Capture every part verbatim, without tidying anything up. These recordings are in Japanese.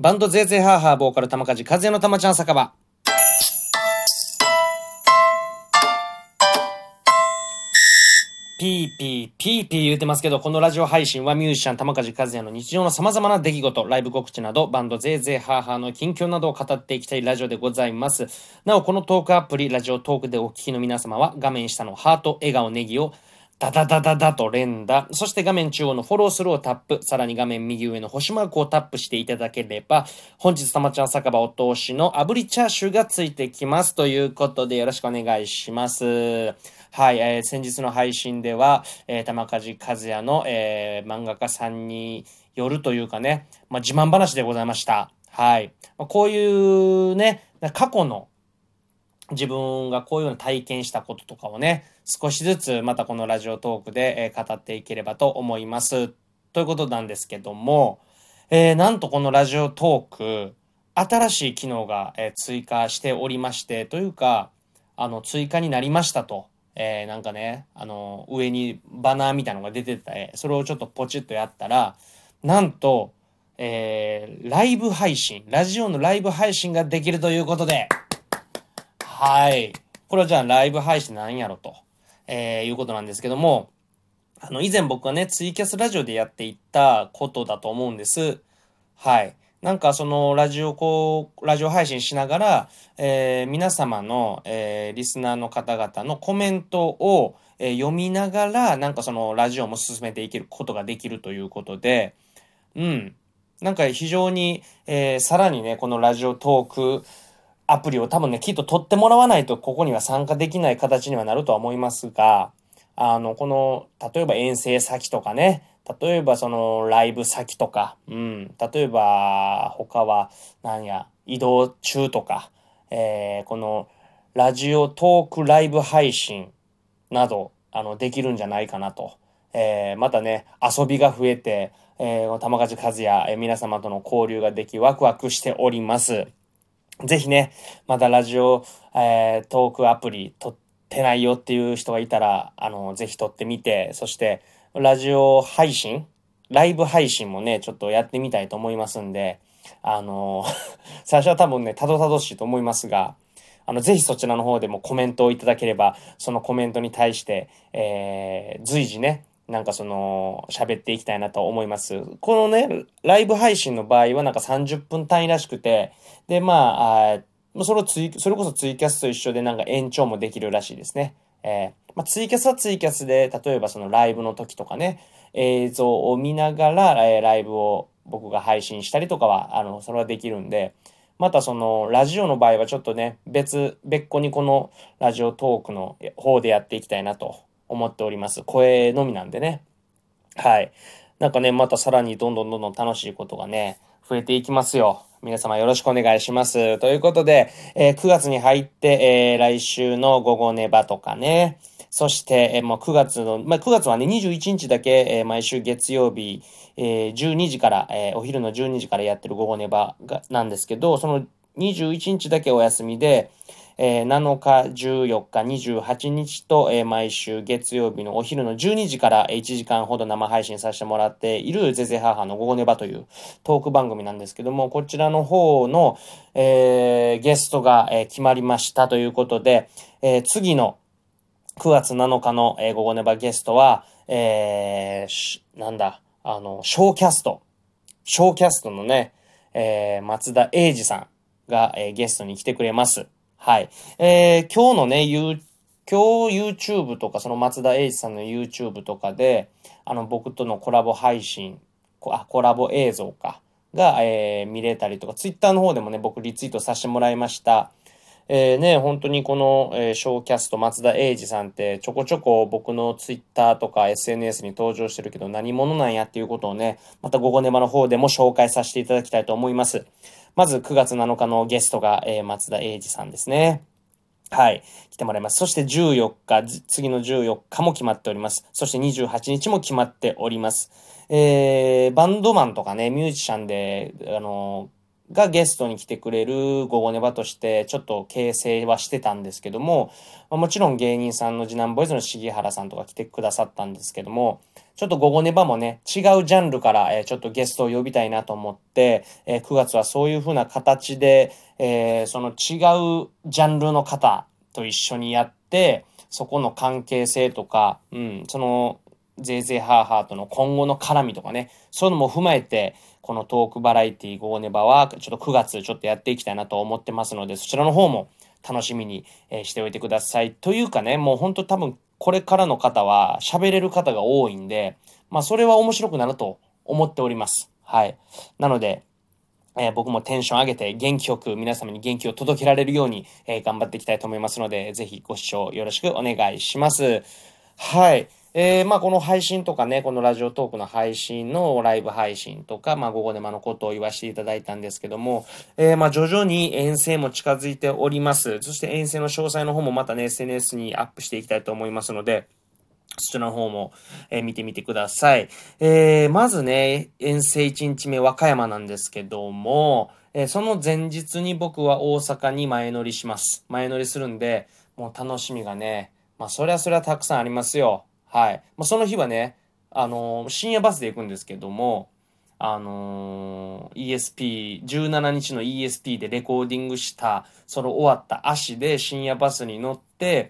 バンドゼーゼーハーハーボーカル玉梶和也の玉ちゃん酒場。ピーピーピーピー言うてますけど、このラジオ配信はミュージシャン玉梶和也の日常の様々な出来事、ライブ告知など、バンドゼーゼーハーハーの近況などを語っていきたいラジオでございます。なお、このトークアプリ、ラジオトークでお聞きの皆様は、画面下のハート、笑顔、ネギをダダダダダと連打、そして画面中央のフォロースルーをタップ、さらに画面右上の星マークをタップしていただければ、本日玉ちゃん酒場お通しの炙りチャーシューがついてきます。ということでよろしくお願いします。はい、えー、先日の配信では、えー、玉梶和也の、えー、漫画家さんによるというかね、まあ、自慢話でございました。はい。まあ、こういうね、過去の自分がこういうような体験したこととかをね、少しずつまたこのラジオトークで語っていければと思います。ということなんですけども、えー、なんとこのラジオトーク、新しい機能が追加しておりまして、というか、あの、追加になりましたと。えー、なんかね、あの、上にバナーみたいなのが出てて、それをちょっとポチッとやったら、なんと、えー、ライブ配信、ラジオのライブ配信ができるということで、はい。これはじゃあライブ配信なんやろと、えー、いうことなんですけども、あの、以前僕がね、ツイキャスラジオでやっていったことだと思うんです。はい。なんかそのラジオこう、ラジオ配信しながら、えー、皆様の、えー、リスナーの方々のコメントを、えー、読みながら、なんかそのラジオも進めていけることができるということで、うん。なんか非常に、えー、さらにね、このラジオトーク、アプリを多分ね、きっと取ってもらわないとここには参加できない形にはなるとは思いますが、あの、この、例えば遠征先とかね、例えばそのライブ先とか、うん、例えば他は何や、移動中とか、えー、このラジオトークライブ配信など、あの、できるんじゃないかなと。えー、またね、遊びが増えて、えー、玉梶和也、えー、皆様との交流ができワクワクしております。ぜひね、まだラジオ、えー、トークアプリ撮ってないよっていう人がいたら、あの、ぜひ撮ってみて、そして、ラジオ配信、ライブ配信もね、ちょっとやってみたいと思いますんで、あの、最初は多分ね、たどたどしいと思いますが、あの、ぜひそちらの方でもコメントをいただければ、そのコメントに対して、えー、随時ね、なんかその、喋っていきたいなと思います。このね、ライブ配信の場合はなんかさんじゅっぷん単位らしくて、で、まあ、あそれをツイ、それこそツイキャスと一緒でなんか延長もできるらしいですね。えー、まあ、ツイキャスはツイキャスで、例えばそのライブの時とかね、映像を見ながら、えー、ライブを僕が配信したりとかは、あの、それはできるんで、またその、ラジオの場合はちょっとね、別、別個にこのラジオトークの方でやっていきたいなと思っております。声のみなんでね。はい。なんかね、またさらにどんどんどんどん楽しいことがね、増えていきますよ。皆様よろしくお願いします。ということで、えー、くがつに入って、えー、来週の午後ネバとかね、そして、えー、もうくがつの、まあ、くがつはね、にじゅういちにちだけ、えー、毎週月曜日、えー、じゅうにじから、えー、お昼のじゅうにじからやってる午後ネバが、なんですけど、そのにじゅういちにちだけお休みで、えー、なのか、じゅうよっか、にじゅうはちにちと、えー、毎週月曜日のお昼のじゅうにじからいちじかんほど生配信させてもらっているゼゼハーハーの午後ネバというトーク番組なんですけども、こちらの方の、えー、ゲストが、えー、決まりましたということで、えー、次のくがつなのかの、えー、午後ネバゲストは、えー、なんだ、あの、ショーキャスト、ショーキャストのね、えー、松田英二さんが、えー、ゲストに来てくれます。はい。えー、今日のね、ゆ今日 YouTube とか、その松田英二さんの YouTube とかで、あの、僕とのコラボ配信、こあ、コラボ映像か、が、えー、見れたりとか、Twitter の方でもね、僕リツイートさせてもらいました。えー、ね、本当にこの、えー、ショーキャスト松田英二さんってちょこちょこ僕の Twitter とか エスエヌエス に登場してるけど何者なんやっていうことをね、また午後ネマの方でも紹介させていただきたいと思います。まずくがつなのかのゲストが、えー、松田英二さんですね。はい。来てもらいます。そしてじゅうよっか、次のじゅうよっかも決まっております。そしてにじゅうはちにちも決まっております。えー、バンドマンとかね、ミュージシャンで、あのー、がゲストに来てくれる午後ネバとしてちょっと形成はしてたんですけども、もちろん芸人さんの次男ボイスの重原さんとか来てくださったんですけども、 ちょっと午後ネバもね、違うジャンルから、えーちょっとゲストを呼びたいなと思って、えーくがつはそういう風な形で、えーその違うジャンルの方と一緒にやって、そこの関係性とか、うん、その、ぜいぜいハーハーとの今後の絡みとかね、そういうのも踏まえて、このトークバラエティゴーネバは、ちょっとくがつちょっとやっていきたいなと思ってますので、そちらの方も楽しみに、えーしておいてください。というかね、もう本当多分これからの方は喋れる方が多いんで、まあそれは面白くなると思っております。はい。なので、えー僕もテンション上げて元気よく皆様に元気を届けられるように、えー頑張っていきたいと思いますので、ぜひご視聴よろしくお願いします。はい。えー、まあこの配信とかね、このラジオトークの配信のライブ配信とか、まあ午後でまのことを言わせていただいたんですけども、えー、まあ徐々に遠征も近づいております。そして遠征の詳細の方もまたね、エスエヌエス にアップしていきたいと思いますので、そちらの方も、えー見てみてください。えー、まずね、遠征いちにちめ和歌山なんですけども、えーその前日に僕は大阪に前乗りします。前乗りするんで、もう楽しみがね、まあそりゃそりゃたくさんありますよ。はい。まあその日はね、あのー深夜バスで行くんですけども、あのー イーエスピー、じゅうしちにちの イーエスピー でレコーディングした、その終わった足で深夜バスに乗って、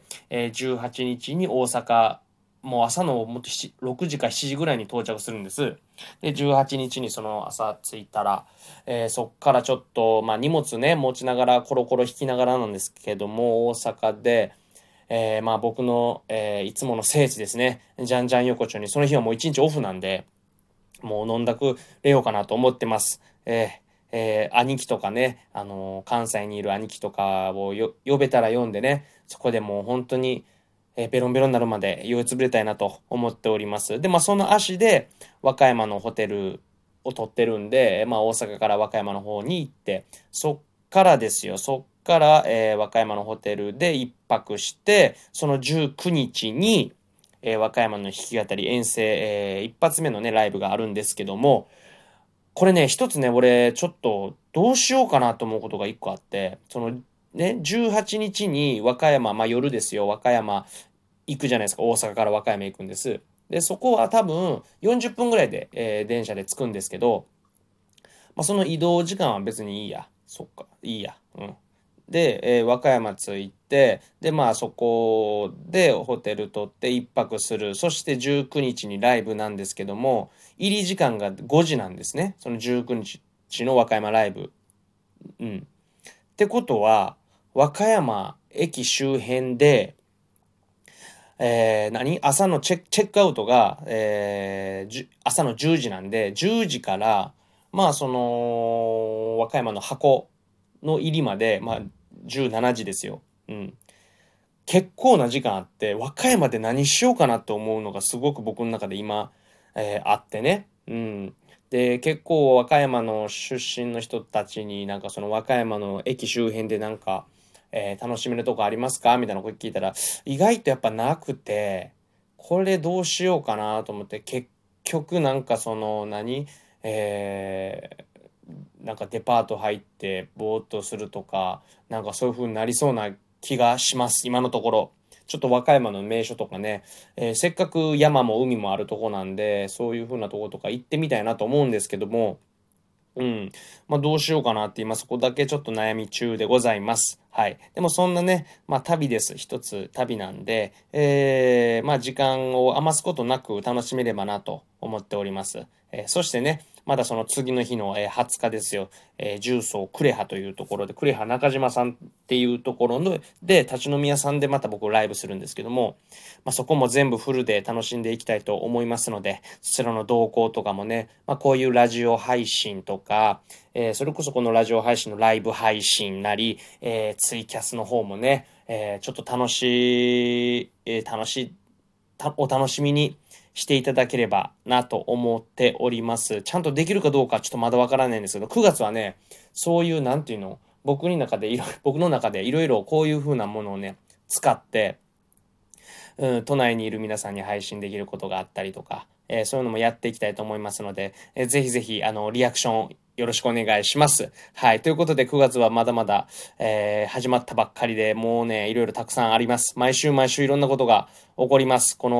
えーじゅうはちにちに大阪、もう朝のもっとろくじかしちじぐらいに到着するんです。で、じゅうはちにちにその朝着いたら、えーそっからちょっと、まあ荷物ね、持ちながら、コロコロ引きながらなんですけども、大阪で、えーまあ僕の、えーいつもの聖地ですね、じゃんじゃん横丁に、その日はもう一日オフなんで、もう飲んだくれようかなと思ってます。えーえー兄貴とかね、あのー関西にいる兄貴とかをよ呼べたら読んでね、そこでもう本当に、えーベロンベロンになるまで酔いつぶれたいなと思っております。で、まあその足で和歌山のホテルを取ってるんで、まあ大阪から和歌山の方に行って、そっからですよ、そっから、えー和歌山のホテルで一泊して、そのじゅうくにちに、えー和歌山の弾き語り遠征、えー一発目のね、ライブがあるんですけども、これね、一つね、俺、ちょっと、どうしようかなと思うことが一個あって、その、ね、じゅうはちにちに和歌山、まあ夜ですよ、和歌山行くじゃないですか、大阪から和歌山行くんです。で、そこは多分、よんじゅっぷんぐらいで、えー電車で着くんですけど、まあその移動時間は別にいいや。そっか、いいや。うん。で、えー和歌山着いて、で、まあそこでホテル取って一泊する。そしてじゅうくにちにライブなんですけども、入り時間がごじなんですね。そのじゅうくにちの和歌山ライブ。うん。ってことは、和歌山駅周辺で、えー何朝のチェック、チェックアウトが、えーじゅ朝のじゅうじなんで、じゅうじから、まあその、和歌山の箱の入りまで、まあじゅうしちじですよ。うん。結構な時間あって、和歌山で何しようかなと思うのがすごく僕の中で今、えーあってね。うん。で、結構和歌山の出身の人たちになんかその和歌山の駅周辺でなんか、えー楽しめるとこありますかみたいなこと聞いたら、意外とやっぱなくて、これどうしようかなと思って、結局なんかその何、えーなんかデパート入ってぼーっとするとか、なんかそういう風になりそうな気がします、今のところ。ちょっと和歌山の名所とかね、えーせっかく山も海もあるとこなんで、そういう風なとことか行ってみたいなと思うんですけども、うん。まあどうしようかなって今そこだけちょっと悩み中でございます。はい。でもそんなね、まあ旅です。一つ旅なんで、えー、まあ時間を余すことなく楽しめればなと思っております。えーそしてね、まだその次の日の、えーはつかですよ、えー、重曹クレハというところで、クレハ中島さんっていうところので、立ち飲み屋さんでまた僕ライブするんですけども、まあそこも全部フルで楽しんでいきたいと思いますので、そちらの動向とかもね、まあこういうラジオ配信とか、えーそれこそこのラジオ配信のライブ配信なり、えーツイキャスの方もね、えーちょっと楽しい、えー楽しい、たお楽しみにしていただければなと思っております。ちゃんとできるかどうかちょっとまだわからないんですけど、くがつはね、そういうなんていうの、僕の中でいろ、僕の中でいろいろこういう風なものをね、使って、うん、都内にいる皆さんに配信できることがあったりとか、えーそういうのもやっていきたいと思いますので、えーぜひぜひ、あの、リアクションよろしくお願いします。はい。ということで、くがつはまだまだ、えー始まったばっかりで、もうね、いろいろたくさんあります。毎週毎週いろんなことが起こります。この、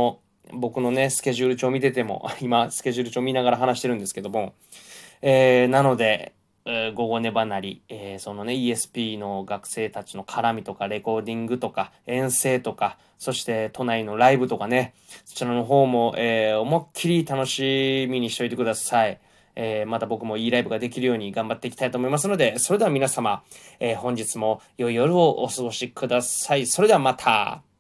僕のね、スケジュール帳見てても、今、スケジュール帳見ながら話してるんですけども、えー、なので、えー午後ねばなり、えーそのね、イーエスピー の学生たちの絡みとか、レコーディングとか、遠征とか、そして都内のライブとかね、そちらの方も、えー思いっきり楽しみにしておいてください。えーまた僕もいいライブができるように頑張っていきたいと思いますので、それでは皆様、えー本日も良い夜をお過ごしください。それではまた。